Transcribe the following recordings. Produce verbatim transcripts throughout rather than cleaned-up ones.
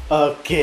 Oke.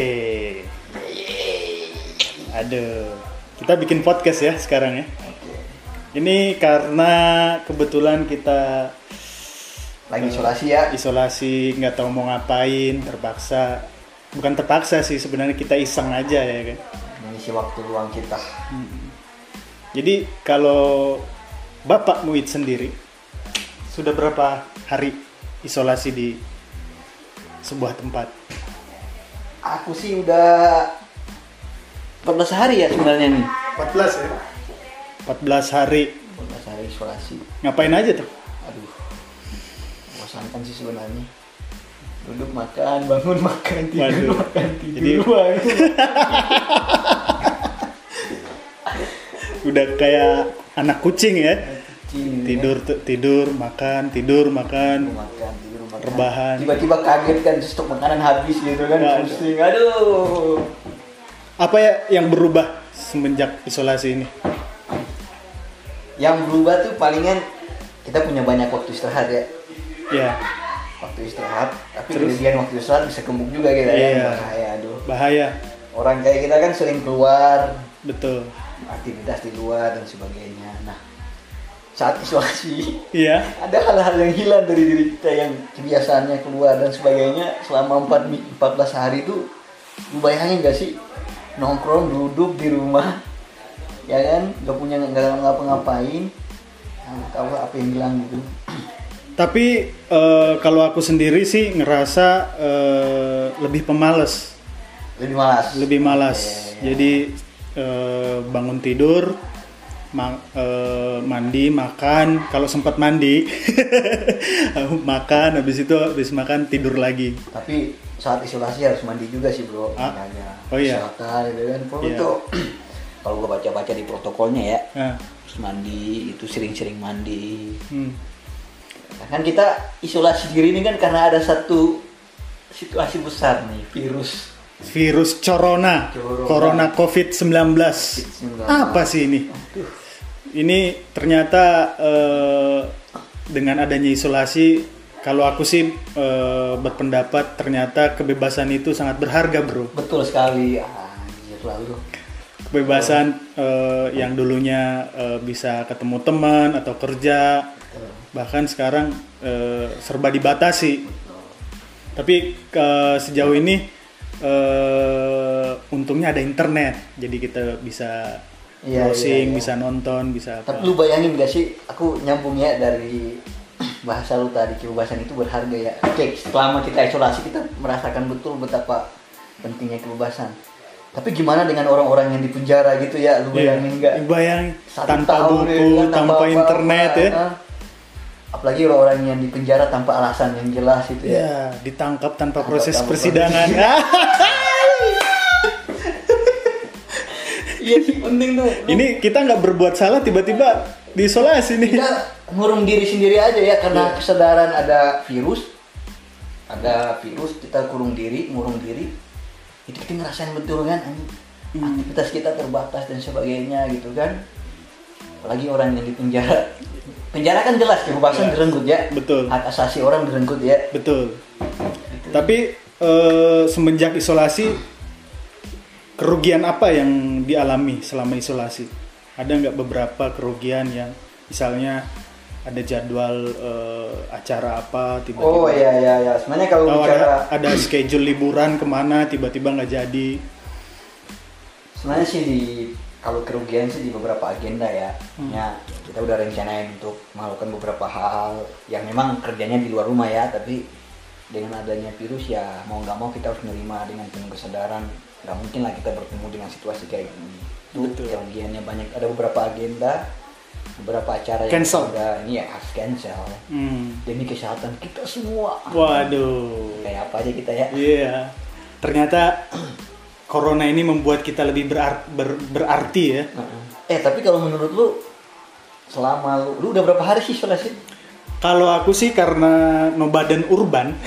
Aduh, kita bikin podcast ya sekarang ya. Ini karena kebetulan kita lagi isolasi ya. Isolasi, nggak tahu mau ngapain, terpaksa. Bukan terpaksa sih, sebenarnya kita iseng aja ya kan. Mengisi waktu luang kita. Hmm. Jadi kalau Bapak Muid sendiri sudah berapa hari isolasi di sebuah tempat? Aku sih udah empat belas hari ya sebenarnya nih. empat belas ya? empat belas hari. empat belas hari isolasi. Ngapain aja tuh? Aduh, membosankan sih sebenarnya. Duduk makan, bangun makan, tidur Waduh. makan, tidur Jadi... Udah kayak anak kucing ya? Kucing, tidur ya. tidur, makan, tidur, makan. Tidur, makan, tidur, makan. Rebahan. Tiba-tiba kaget kan stok makanan habis gitu kan. Aduh. Pusing. Aduh. Apa ya yang berubah semenjak isolasi ini? Yang berubah tuh palingan kita punya banyak waktu istirahat ya. Iya. Waktu istirahat, tapi Terus? kemudian waktu istirahat bisa gemuk juga kita Iya. ya. Bahaya aduh. Bahaya. Orang kayak kita kan sering keluar, Betul. aktivitas di luar dan sebagainya. Nah, saat isolasi, Iya. ada hal-hal yang hilang dari diri kita yang kebiasaannya keluar dan sebagainya selama empat belas hari itu. Lu bayangin gak sih nongkrong duduk di rumah ya kan, gak punya nggak ngapa-ngapain, nggak tahu apa yang hilang gitu. Tapi uh, kalau aku sendiri sih ngerasa uh, lebih pemalas, Lebih malas. lebih malas. Ya, ya, ya. Jadi uh, bangun tidur, ma- uh, mandi, makan. Kalau sempat mandi, makan. Habis itu habis makan tidur lagi. Tapi saat isolasi harus mandi juga sih bro. Ah? Makanya Oh iya. kesehatan gitu kan. Perlu Iya. tuh. Kalau gue baca-baca di protokolnya ya, Nah, terus mandi itu sering-sering mandi. hmm. Nah, kan kita isolasi diri ini kan karena ada satu situasi besar nih, virus. Virus corona, Corona. corona covid sembilan belas. covid sembilan belas. Apa sih ini? Aduh. Ini ternyata eh, dengan adanya isolasi, kalau aku sih eh, berpendapat ternyata kebebasan itu sangat berharga, bro. Betul sekali. Ah, iya lalu. Kebebasan eh, yang dulunya eh, bisa ketemu teman atau kerja, bahkan sekarang eh, serba dibatasi. Tapi eh, sejauh ini eh, untungnya ada internet, jadi kita bisa Iya, browsing, iya, iya. bisa nonton, bisa apa. Tapi lu bayangin gak sih, aku nyambung ya dari bahasa lu tadi, kebebasan itu berharga ya. Oke, selama kita isolasi kita merasakan betul betapa pentingnya kebebasan. Tapi gimana dengan orang-orang yang di penjara gitu ya, lu bayangin Iya, nggak? bayangin Satu tanpa tahun buku, ya, kan, tanpa apa-apa, internet ya. ah. Apalagi orang-orang yang di penjara tanpa alasan yang jelas itu ya. Ya, ditangkap tanpa Tanpa- proses tanpa persidangan. Iya sih penting tuh. Lu- Ini kita nggak berbuat salah, tiba-tiba diisolasi nih. kita ngurung diri sendiri aja ya karena Iya. kesadaran ada virus, ada virus kita kurung diri, ngurung diri. Itu kita ngerasain betul kan, anjing. Hmm. Aktivitas kita terbatas dan sebagainya gitu kan. Apalagi orang yang di penjara. Penjara kan jelas kebebasan Ya. direnggut ya. Betul. Hak asasi orang direnggut ya. Betul. Tapi eh, semenjak isolasi, kerugian apa yang dialami selama isolasi? Ada nggak beberapa kerugian yang misalnya ada jadwal eh, acara apa tiba-tiba? Oh iya iya iya. Sebenarnya kalau Atau bicara ada, ada schedule liburan kemana tiba-tiba nggak jadi? sebenarnya sih di kalau kerugian sih di beberapa agenda ya. Hmm. Ya, kita udah rencanain untuk melakukan beberapa hal yang memang kerjanya di luar rumah ya, tapi dengan adanya virus ya mau nggak mau kita harus menerima dengan penuh kesadaran. Nggak mungkin lah kita bertemu dengan situasi kayak gini. Itu Betul. kerugiannya banyak. Ada beberapa agenda, beberapa acara Cancel. yang udah ini ya harus cancel Hmm. demi kesehatan kita semua. Waduh. Kayak apa aja kita ya. Iya. Ternyata corona ini membuat kita lebih berar- ber- berarti ya. Eh tapi kalau menurut lu selama lu, lu udah berapa hari sih isolasi? Kalau aku sih karena nomaden urban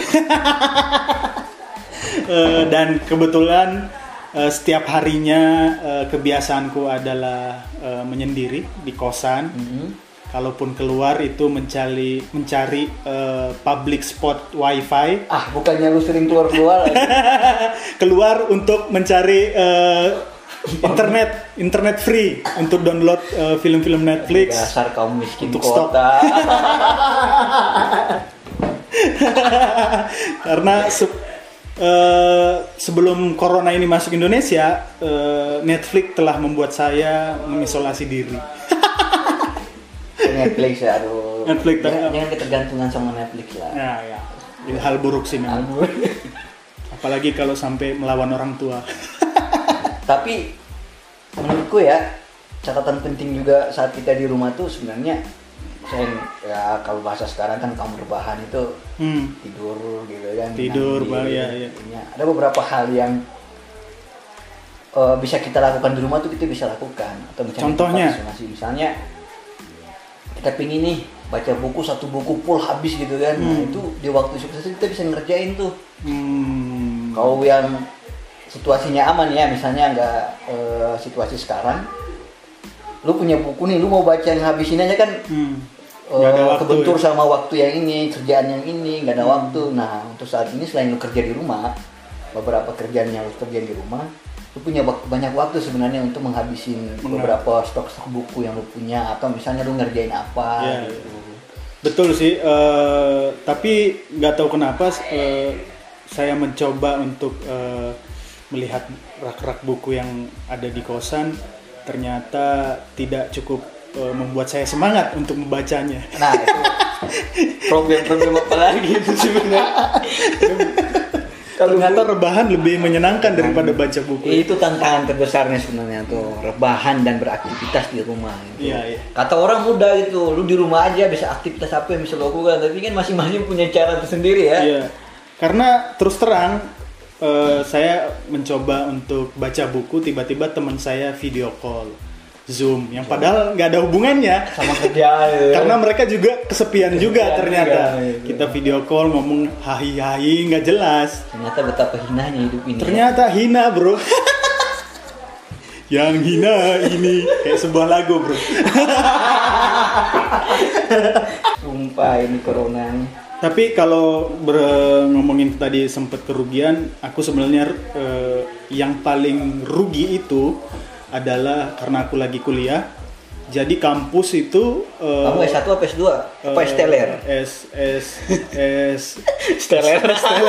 Eh, dan kebetulan eh, setiap harinya eh, kebiasaanku adalah eh, menyendiri di kosan. Mm-hmm. kalaupun keluar itu mencari mencari uh, public spot wifi. Ah, bukannya lu sering keluar-keluar? Keluar untuk mencari uh, internet internet free untuk download uh, film-film Netflix. Dasar kaum miskin untuk kota. Karena se- uh, sebelum corona ini masuk Indonesia, uh, Netflix telah membuat saya mengisolasi diri. Netflix ya, aduh. Netflix, jangan, jangan ketergantungan sama Netflix lah. Ya, ya. Ini hal buruk sih memang. Apalagi kalau sampai melawan orang tua. Tapi menurutku ya, catatan penting juga saat kita di rumah tuh sebenarnya, saya ya kalau bahasa sekarang kan kaum rebahan itu hmm. tidur gitu kan. Tidur, bah, ya, ya. Ada beberapa hal yang uh, bisa kita lakukan di rumah tuh kita bisa lakukan. Atau misalnya contohnya? Misalnya kita pingin nih baca buku satu buku full habis gitu kan, hmm. nah itu di waktu sukses kita bisa ngerjain tuh. Hmm. Kalau yang situasinya aman ya, misalnya nggak e, situasi sekarang, lu punya buku nih, lu mau baca yang habisin aja kan, hmm. e, kebentur ya. Sama waktu yang ini, kerjaan yang ini, nggak ada hmm. waktu. Nah untuk saat ini selain lu kerja di rumah, beberapa kerjaan yang lu kerjain di rumah, lu punya waktu, banyak waktu sebenarnya untuk menghabisin Benar. beberapa stok-stok buku yang lu punya, atau misalnya lu ngerjain apa ya, gitu. Betul sih, uh, tapi nggak tahu kenapa uh, saya mencoba untuk uh, melihat rak-rak buku yang ada di kosan, ternyata tidak cukup uh, membuat saya semangat untuk membacanya. Nah itu problem-problem apa lagi itu sebenarnya. Kalau ternyata rebahan lebih menyenangkan daripada baca buku. Itu tantangan terbesarnya sebenarnya tuh, rebahan dan beraktivitas di rumah. Gitu. Iya, iya. Kata orang mudah gitu, lu di rumah aja bisa aktivitas apa yang bisa lo lakukan, tapi kan masing-masing punya cara tersendiri ya. Iya. Karena terus terang, uh, saya mencoba untuk baca buku, tiba-tiba teman saya video call, Zoom, yang padahal nggak ada hubungannya sama kerjaan. Ya. Karena mereka juga kesepian juga ternyata. Juga, kita video call ngomong hahi-hahi nggak jelas. Ternyata betapa hinanya hidup ini. Ternyata ya? Hina bro. Yang hina ini kayak sebuah lagu bro. Sumpah ini corona. Tapi kalau ber- ngomongin tadi sempat kerugian, aku sebenarnya eh, yang paling rugi itu adalah karena aku lagi kuliah. Jadi kampus itu uh, kamu S satu apa S dua? Apa uh, Steller? S S S Steller.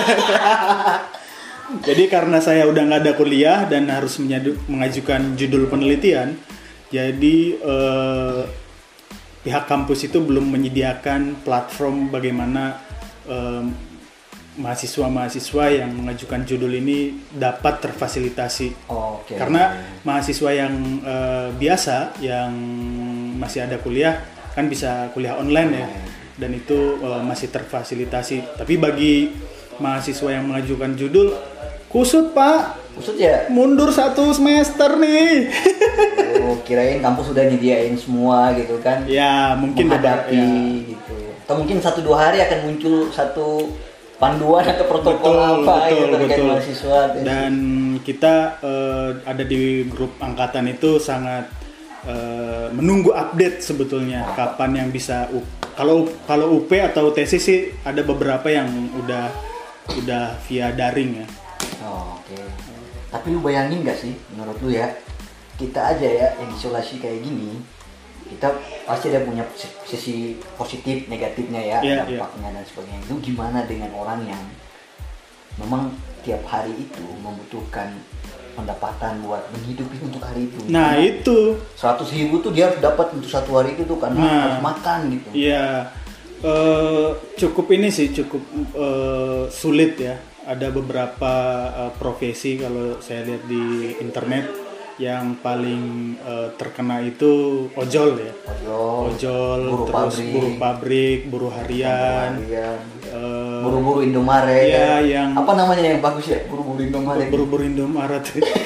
Jadi karena saya udah nggak ada kuliah dan harus menyadu, mengajukan judul penelitian, jadi uh, pihak kampus itu belum menyediakan platform bagaimana uh, mahasiswa-mahasiswa yang mengajukan judul ini dapat terfasilitasi. Oh, okay. Karena mahasiswa yang uh, biasa yang masih ada kuliah kan bisa kuliah online ya, dan itu uh, masih terfasilitasi. Tapi bagi mahasiswa yang mengajukan judul, kusut pak, kusut ya, mundur satu semester nih. Oh, kirain kampus sudah nyediain semua gitu kan? Ya mungkin menghadapi ya. Gitu. Atau mungkin satu dua hari akan muncul satu panduan atau protokol betul, apa betul, gitu terkait mahasiswa. Dan kita uh, ada di grup angkatan itu sangat uh, menunggu update sebetulnya kapan yang bisa U- kalau kalau U P atau tesis sih ada beberapa yang udah udah via daring ya. Oh, oke. Okay. Tapi lu bayangin nggak sih menurut lu ya, kita aja ya yang isolasi kayak gini, kita pasti ada punya sisi positif negatifnya ya, yeah, dampaknya yeah. dan sebagainya. Itu gimana dengan orang yang memang tiap hari itu membutuhkan pendapatan buat menghidupi untuk hari itu? Nah karena itu seratus ribu tuh dia harus dapat untuk satu hari itu tuh karena nah, harus makan gitu. Iya, uh, cukup ini sih cukup uh, sulit ya. Ada beberapa uh, profesi kalau saya lihat di internet yang paling uh, terkena itu ojol ya, ojol, ojol buruh terus pabrik, buruh pabrik, buruh harian, harian. Uh, buru-buru Indomaret, ya, yang apa namanya yang bagus ya, buru-buru Indomaret, buru-buru Indomaret,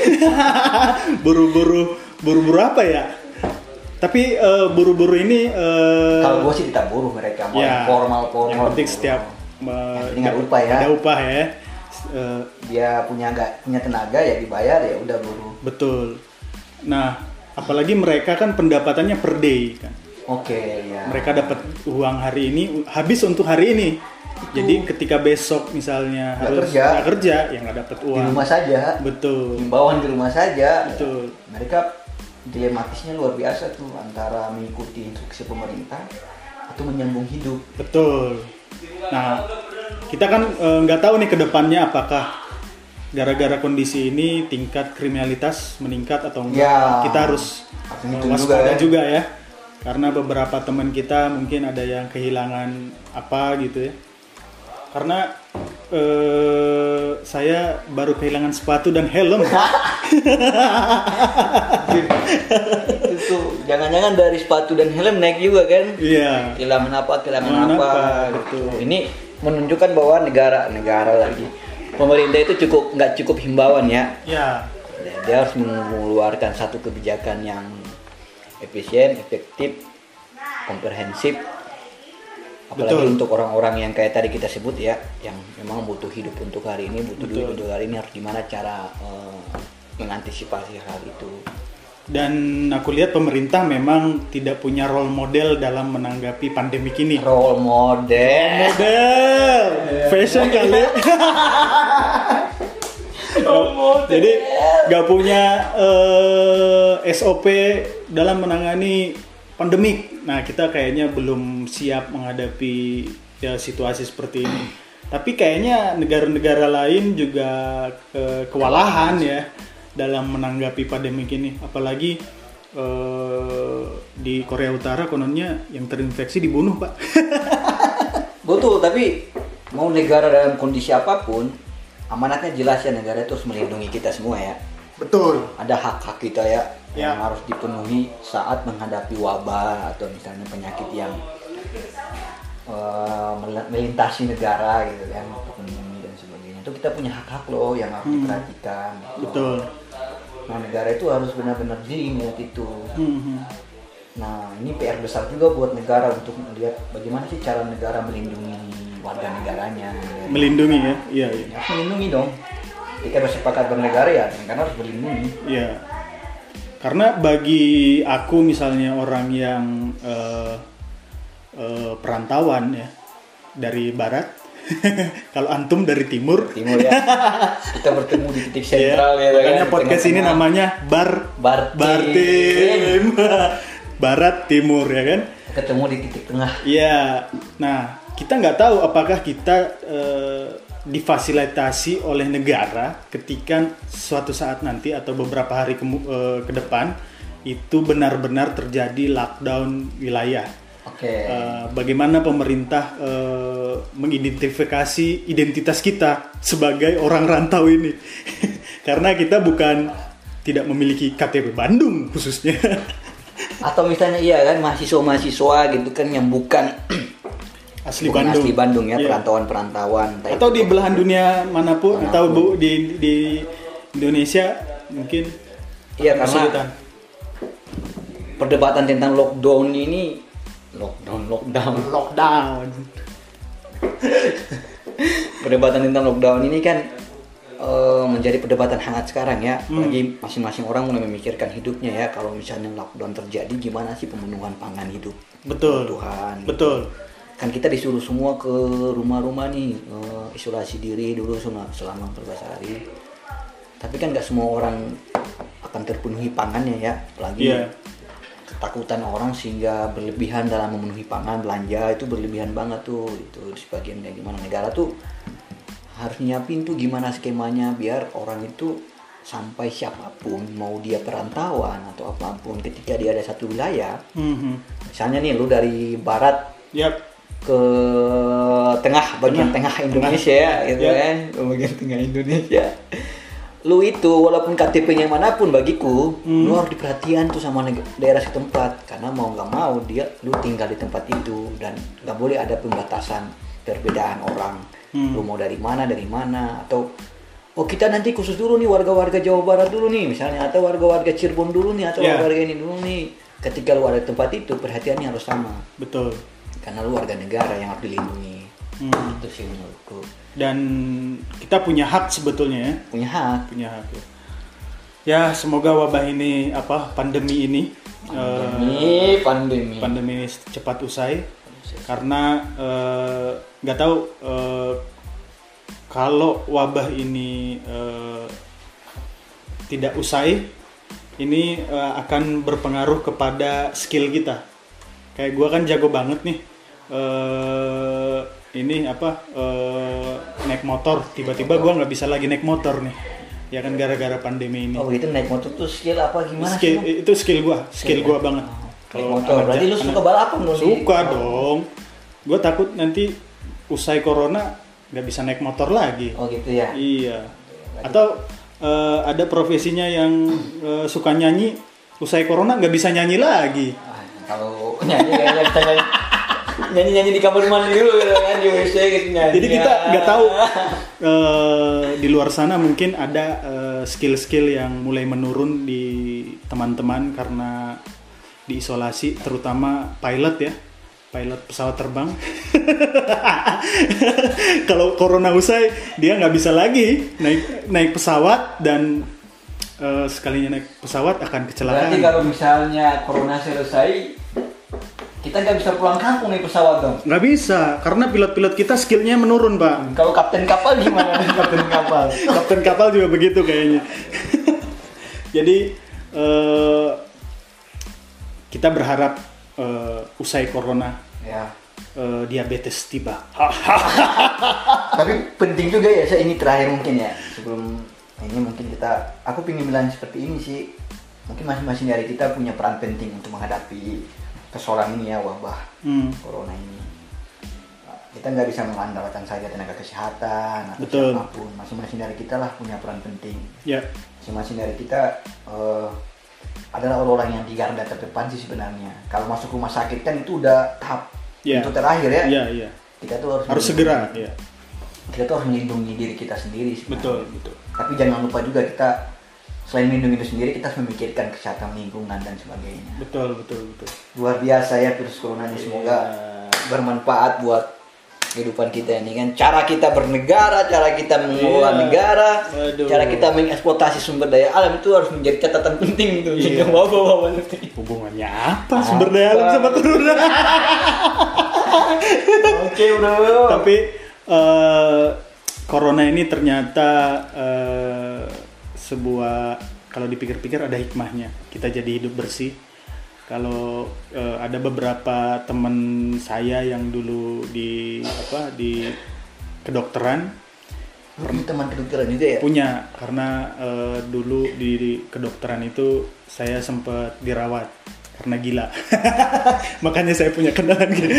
buru-buru buru-buru apa ya? Tapi uh, buru-buru ini, uh, kalau gue sih tidak buruh mereka, mau ya, formal formal. Yang penting setiap uh, ada upah ya, ada upah ya. Uh, dia punya nggak punya tenaga ya dibayar ya udah buruh. Betul. Nah, apalagi mereka kan pendapatannya per day kan. Oke, ya. Mereka dapat uang hari ini, habis untuk hari ini. Itu. Jadi ketika besok misalnya Nggak harus kerja. nggak kerja, ya nggak dapat uang. Di rumah saja. Betul. Himbauan di rumah saja. Betul. Mereka dilematisnya luar biasa tuh, antara mengikuti instruksi pemerintah atau menyambung hidup. Betul. Nah, kita kan nggak e, tahu nih ke depannya apakah gara-gara kondisi ini tingkat kriminalitas meningkat atau enggak. Ya, kita harus waspada juga, ya. juga ya. Karena beberapa teman kita mungkin ada yang kehilangan apa gitu ya. Karena eh, saya baru kehilangan sepatu dan helm. Itu jangan-jangan dari sepatu dan helm naik juga kan? Iya. Kehilangan apa? Kehilangan Kehilangan apa? apa, Gitu. betul. Ini menunjukkan bahwa negara-negara lagi, pemerintah itu cukup nggak cukup himbauan ya. Iya. Dia harus mengeluarkan satu kebijakan yang efisien, efektif, komprehensif. Apalagi Betul. Untuk orang-orang yang kayak tadi kita sebut ya, yang memang butuh hidup untuk hari ini, butuh Betul. duit untuk hari ini, harus gimana cara uh, mengantisipasi hal itu. Dan aku lihat pemerintah memang tidak punya role model dalam menanggapi pandemik ini. Role model. Role model. Fashion kali. Oh, jadi nggak punya uh, S O P dalam menangani pandemik. Nah, kita kayaknya belum siap menghadapi ya, situasi seperti ini. Tapi kayaknya negara-negara lain juga uh, kewalahan ya dalam menanggapi pandemik ini. Apalagi uh, di Korea Utara kononnya yang terinfeksi dibunuh, Pak. Betul, tapi mau negara dalam kondisi apapun, amanatnya jelas ya, negara itu harus melindungi kita semua ya. Betul. Ada hak-hak kita ya, ya yang harus dipenuhi saat menghadapi wabah atau misalnya penyakit yang uh, melintasi negara gitu kan, ekonomi dan sebagainya. Itu kita punya hak-hak loh yang harus hmm. diperhatikan. Gitu. Betul. Nah, negara itu harus benar-benar jeli melihat itu. Hmm. Nah, ini P R besar juga buat negara untuk melihat bagaimana sih cara negara melindungi warga negaranya. Melindungi ya, iya. iya. Ya, melindungi dong. Jika bersepakat bernegara ya, karena harus melindungi. Iya. Karena bagi aku misalnya orang yang uh, uh, perantauan ya dari barat, kalau antum dari timur. Timur ya. Kita bertemu di titik sentral ya. Makanya kan, podcast ini namanya Bar Bar Bartim. Barat Timur ya kan. Ketemu di titik tengah. Iya. Nah, kita nggak tahu apakah kita uh, difasilitasi oleh negara ketika suatu saat nanti atau beberapa hari ke, uh, ke depan itu benar-benar terjadi lockdown wilayah. Oke. Okay. Uh, bagaimana pemerintah uh, mengidentifikasi identitas kita sebagai orang rantau ini? Karena kita bukan tidak memiliki K T P Bandung khususnya. Atau misalnya iya kan mahasiswa-mahasiswa gitu kan yang bukan asli bukan Bandung, asli Bandung ya, yeah. perantauan-perantauan. Atau di belahan dunia manapun, manapun. Atau bu, di di Indonesia mungkin. Iya, karena kesulitan. Perdebatan tentang lockdown ini lockdown lockdown lockdown. Perdebatan tentang lockdown ini kan uh, menjadi perdebatan hangat sekarang ya. Hmm. Lagi masing-masing orang mulai memikirkan hidupnya ya. Kalau misalnya lockdown terjadi, gimana sih pemenuhan pangan hidup? Betul. Tuhan. Betul. Gitu. Kan kita disuruh semua ke rumah-rumah nih, uh, isolasi diri dulu selama empat belas hari. Tapi kan nggak semua orang akan terpenuhi pangannya ya, apalagi yeah. ketakutan orang sehingga berlebihan dalam memenuhi pangan, belanja itu berlebihan banget tuh. Itu sebagian kayak gimana negara tuh harus nyiapin tuh gimana skemanya biar orang itu sampai siapapun, mau dia perantauan atau apapun, ketika dia ada satu wilayah, mm-hmm. misalnya nih lu dari barat yep. ke tengah, bagian tengah, tengah Indonesia tengah. ya, gitu yep. kan, bagian tengah Indonesia, lu itu walaupun K T P-nya manapun bagiku, mm. lu harus diperhatian tuh sama daerah setempat, karena mau nggak mau dia, lu tinggal di tempat itu dan nggak boleh ada pembatasan perbedaan orang. Hmm. Lu mau dari mana, dari mana, atau oh kita nanti khusus dulu nih warga-warga Jawa Barat dulu nih misalnya, atau warga-warga Cirebon dulu nih, atau yeah. warga ini dulu nih. Ketika lu ada tempat itu, perhatiannya harus sama. Betul. Karena lu warga negara yang harus dilindungi. Hmm. Itu sih menurutku. Dan kita punya hak sebetulnya ya. Punya hak. Punya hak ya. Ya semoga wabah ini, apa pandemi ini Pandemi, pandemi. pandemi ini cepat usai karena eh, nggak tahu eh, kalau wabah ini eh, tidak usai, ini eh, akan berpengaruh kepada skill kita. Kayak gue kan jago banget nih, eh, ini apa eh, naik motor, tiba-tiba gue nggak bisa lagi naik motor nih, ya kan gara-gara pandemi ini. Oh itu naik motor tuh skill apa gimana Skill sih? itu skill gue, skill gue banget. Naik motor, berarti lu suka balapan dong? Suka dong. Gue takut nanti usai corona nggak bisa naik motor lagi. Oh gitu ya? Iya. Atau uh, ada profesinya yang uh, suka nyanyi, usai corona nggak bisa nyanyi lagi. Ah, kalau nyanyi kayaknya bisa nyanyi, nyanyi nyanyi di kamar mandi dulu gitu kan, di W C gitu nyanyi. Jadi kita nggak tahu uh, di luar sana mungkin ada uh, skill-skill yang mulai menurun di teman-teman karena diisolasi, terutama pilot ya. Pilot pesawat terbang. Kalau corona usai, dia nggak bisa lagi naik naik pesawat dan uh, sekalinya naik pesawat akan kecelakaan. Berarti kalau misalnya corona selesai, kita nggak bisa pulang kampung nih pesawat dong? Nggak bisa, karena pilot-pilot kita skillnya menurun, Pak. Kalau kapten kapal gimana? Kapten kapal. Kapten kapal juga begitu kayaknya. Jadi uh, kita berharap Uh, usai corona ya. uh, diabetes tiba. Tapi penting juga ya, saya ini terakhir mungkin ya, sebelum ini mungkin kita, aku ingin bilang seperti ini sih, mungkin masing-masing dari kita punya peran penting untuk menghadapi persoalan ini ya, wabah hmm. corona ini. Kita nggak bisa mengandalkan saja tenaga kesehatan atau Betul. siapapun, masing-masing dari kita lah punya peran penting. Ya. Masing-masing dari kita uh, adalah orang-orang yang di garda terdepan sih sebenarnya. Kalau masuk rumah sakit kan itu udah tahap yeah. itu terakhir ya. Iya, iya. Kita tuh harus harus segera, ya. Kita tuh harus melindungi diri kita sendiri sebenarnya. Betul, betul. Tapi jangan lupa juga kita selain melindungi diri sendiri, kita harus memikirkan kesehatan lingkungan dan sebagainya. Betul, betul, betul. Luar biasa ya virus corona ini, semoga yeah. bermanfaat buat kehidupan kita ini kan, cara kita bernegara, cara kita mengelola yeah. negara, Aduh. cara kita mengeksploitasi sumber daya alam itu harus menjadi catatan penting itu. Yeah. Bawa-bawa hubungannya apa, apa sumber daya alam sama corona? Oke bro. Tapi uh, corona ini ternyata uh, sebuah, kalau dipikir-pikir ada hikmahnya. Kita jadi hidup bersih. Kalau uh, ada beberapa teman saya yang dulu di apa di kedokteran, punya teman kedokteran juga ya? Punya, karena uh, dulu di, di kedokteran itu saya sempat dirawat karena gila. Makanya saya punya kenalan gitu.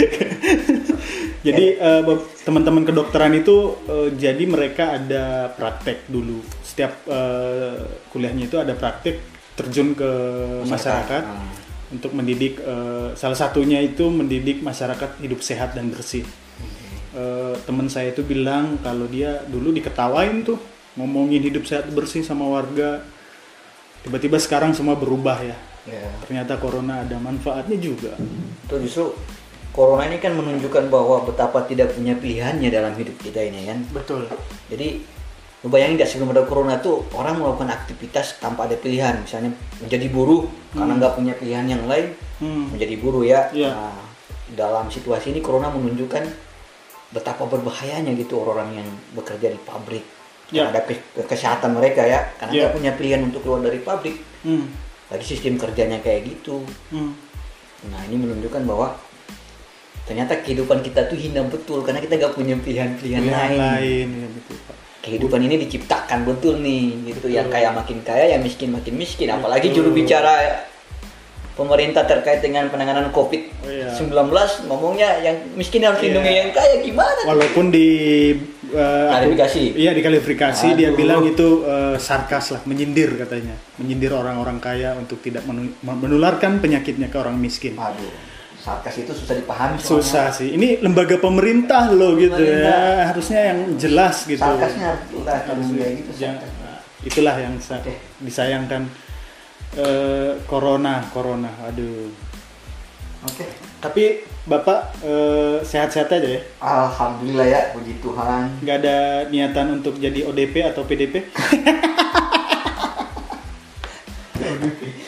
Jadi uh, teman-teman kedokteran itu uh, jadi mereka ada praktek dulu. Setiap uh, kuliahnya itu ada praktek, terjun ke masyarakat. masyarakat. Hmm. Untuk mendidik, uh, salah satunya itu mendidik masyarakat hidup sehat dan bersih. Uh, teman saya itu bilang kalau dia dulu diketawain tuh ngomongin hidup sehat bersih sama warga, tiba-tiba sekarang semua berubah ya. Yeah. Ternyata corona ada manfaatnya juga. Tuh justru corona ini kan menunjukkan bahwa betapa tidak punya pilihannya dalam hidup kita ini kan. Betul. Jadi lu bayangin gak, sebelum ada corona tuh orang melakukan aktivitas tanpa ada pilihan, misalnya menjadi buruh hmm. karena nggak punya pilihan yang lain, hmm. menjadi buruh ya. Yeah. Nah, dalam situasi ini corona menunjukkan betapa berbahayanya gitu orang-orang yang bekerja di pabrik yeah. terhadap kesehatan mereka ya, karena nggak yeah. punya pilihan untuk keluar dari pabrik. Hmm. Lagi sistem kerjanya kayak gitu. Hmm. Nah ini menunjukkan bahwa ternyata kehidupan kita tuh hina betul karena kita nggak punya pilihan-pilihan lain. lain ya, betul, Pak. Kehidupan ini diciptakan betul nih gitu, betul. Yang kaya makin kaya, yang miskin makin miskin. Apalagi betul. Juru bicara pemerintah terkait dengan penanganan covid sembilan belas oh, iya. ngomongnya yang miskin harus lindungi yeah. yang kaya, gimana? Walaupun di uh, klarifikasi. Iya, diklarifikasi dia bilang itu uh, sarkas lah, menyindir katanya. Menyindir orang-orang kaya untuk tidak menularkan penyakitnya ke orang miskin. Aduh. Sarkas itu susah dipahami soalnya. Susah sih. Ini lembaga pemerintah loh gitu pemerintah. Ya. Harusnya yang jelas gitu. Sarkasnya harus kayak gitu. Ya, itulah yang okay. disayangkan uh, corona, corona. Aduh. Oke. Okay. Tapi Bapak uh, sehat-sehat aja ya? Alhamdulillah ya, puji Tuhan. Gak ada niatan untuk jadi O D P atau P D P? O D P dan P D P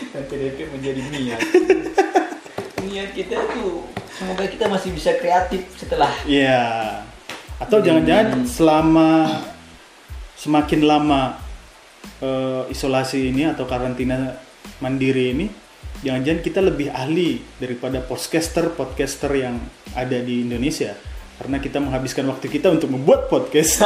D P menjadi niat. Niat kita tuh semoga kita masih bisa kreatif setelah. Iya. Atau jangan-jangan selama semakin lama uh, isolasi ini atau karantina mandiri ini, jangan-jangan kita lebih ahli daripada podcaster podcaster yang ada di Indonesia karena kita menghabiskan waktu kita untuk membuat podcast.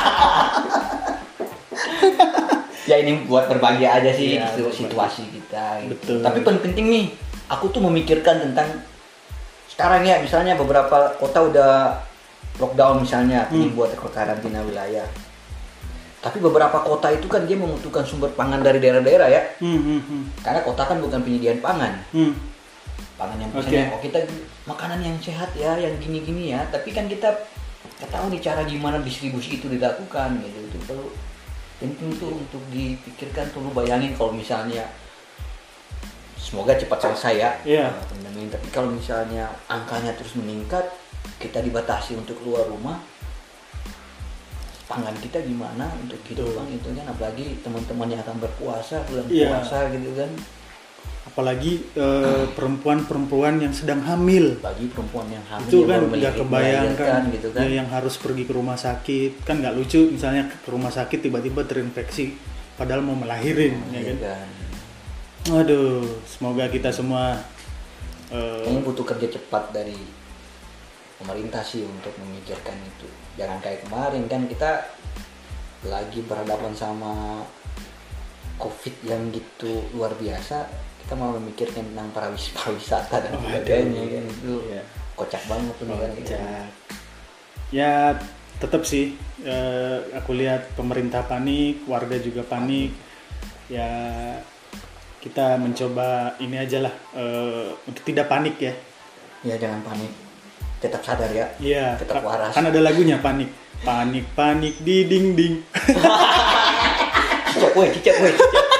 Ya ini buat berbagi aja sih ya, itu situasi kita gitu. Betul. Tapi paling penting nih, aku tuh memikirkan tentang sekarang ya, misalnya beberapa kota udah lockdown misalnya, hmm. buat karantina wilayah. Tapi beberapa kota itu kan dia membutuhkan sumber pangan dari daerah-daerah ya. Hmm, hmm, hmm. Karena kota kan bukan penyediaan pangan. Hmm. Pangan yang misalnya, okay. oh kita makanan yang sehat ya, yang gini-gini ya. Tapi kan kita nggak tahu nih cara gimana distribusi itu dilakukan gitu. Itu perlu penting tuh untuk dipikirkan tuh. Lu bayangin kalau misalnya, semoga cepat selesai ya. Yeah. Nah, tapi kalau misalnya angkanya terus meningkat, kita dibatasi untuk keluar rumah, pangan kita gimana untuk kehidupan itu kan, apalagi teman-teman yang akan berpuasa bulan yeah. puasa gitu kan, apalagi uh, perempuan-perempuan yang sedang hamil, bagi perempuan yang hamil itu kan nggak kebayangkan gitu kan, ya, yang harus pergi ke rumah sakit kan nggak lucu, misalnya ke rumah sakit tiba-tiba terinfeksi padahal mau melahirin, hmm, ya kan? kan aduh, semoga kita semua uh, ini butuh kerja cepat dari pemerintah sih untuk memikirkan itu. Jangan kayak kemarin kan kita lagi berhadapan sama COVID yang gitu luar biasa, kita mau memikirkan tentang pariwisata dan oh, sebagainya kan, itu ya. Kocak banget tuh kan gitu. Ya tetap sih eh, aku lihat pemerintah panik, warga juga panik. Ya kita mencoba ini aja lah eh, untuk tidak panik ya. Ya jangan panik. Tetap sadar ya, iya, tetap waras. Kan ada lagunya, panik, panik, panik di dinding. Cicak woi, cicak woi.